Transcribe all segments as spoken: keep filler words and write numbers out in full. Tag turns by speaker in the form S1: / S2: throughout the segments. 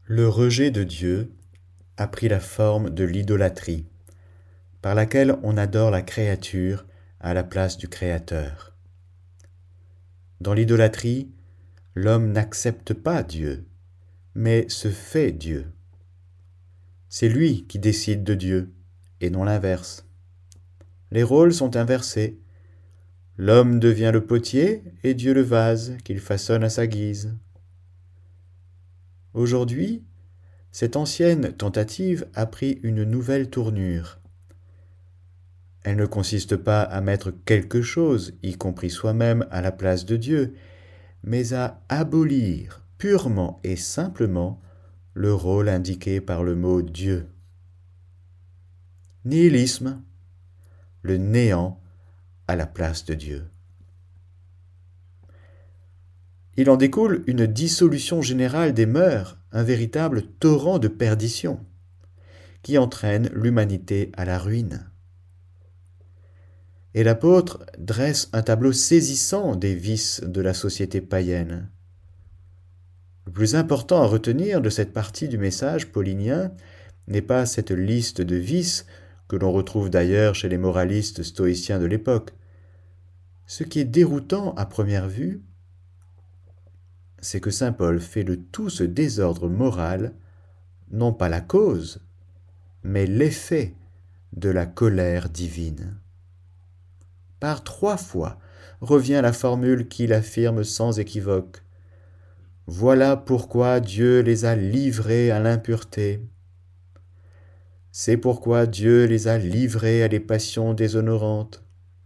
S1: Le rejet de Dieu a pris la forme de l'idolâtrie, par laquelle on adore la créature à la place du Créateur. Dans l'idolâtrie, l'homme n'accepte pas Dieu, mais se fait Dieu. C'est lui qui décide de Dieu, et non l'inverse. Les rôles sont inversés. L'homme devient le potier et Dieu le vase qu'il façonne à sa guise. Aujourd'hui, cette ancienne tentative a pris une nouvelle tournure. Elle ne consiste pas à mettre quelque chose, y compris soi-même, à la place de Dieu, mais à abolir purement et simplement le rôle indiqué par le mot Dieu. Nihilisme, le néant à la place de Dieu. Il en découle une dissolution générale des mœurs, un véritable torrent de perdition, qui entraîne l'humanité à la ruine. Et l'apôtre dresse un tableau saisissant des vices de la société païenne. Le plus important à retenir de cette partie du message paulinien n'est pas cette liste de vices que l'on retrouve d'ailleurs chez les moralistes stoïciens de l'époque. Ce qui est déroutant à première vue, c'est que saint Paul fait de tout ce désordre moral non pas la cause, mais l'effet de la colère divine. Par trois fois revient la formule qu'il affirme sans équivoque. Voilà pourquoi Dieu les a livrés à l'impureté. C'est pourquoi Dieu les a livrés à des passions déshonorantes.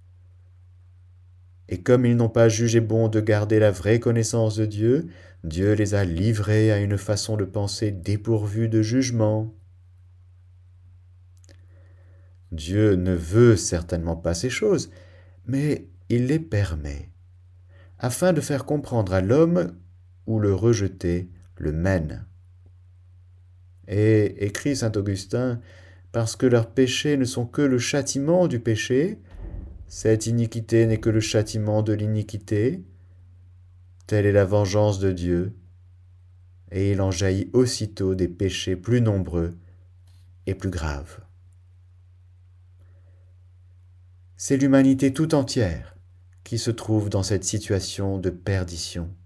S1: Et comme ils n'ont pas jugé bon de garder la vraie connaissance de Dieu, Dieu les a livrés à une façon de penser dépourvue de jugement. Dieu ne veut certainement pas ces choses, mais il les permet, afin de faire comprendre à l'homme où le rejeter le mène. Et, écrit saint Augustin, parce que leurs péchés ne sont que le châtiment du péché, cette iniquité n'est que le châtiment de l'iniquité, telle est la vengeance de Dieu, et il en jaillit aussitôt des péchés plus nombreux et plus graves. C'est l'humanité tout entière qui se trouve dans cette situation de perdition.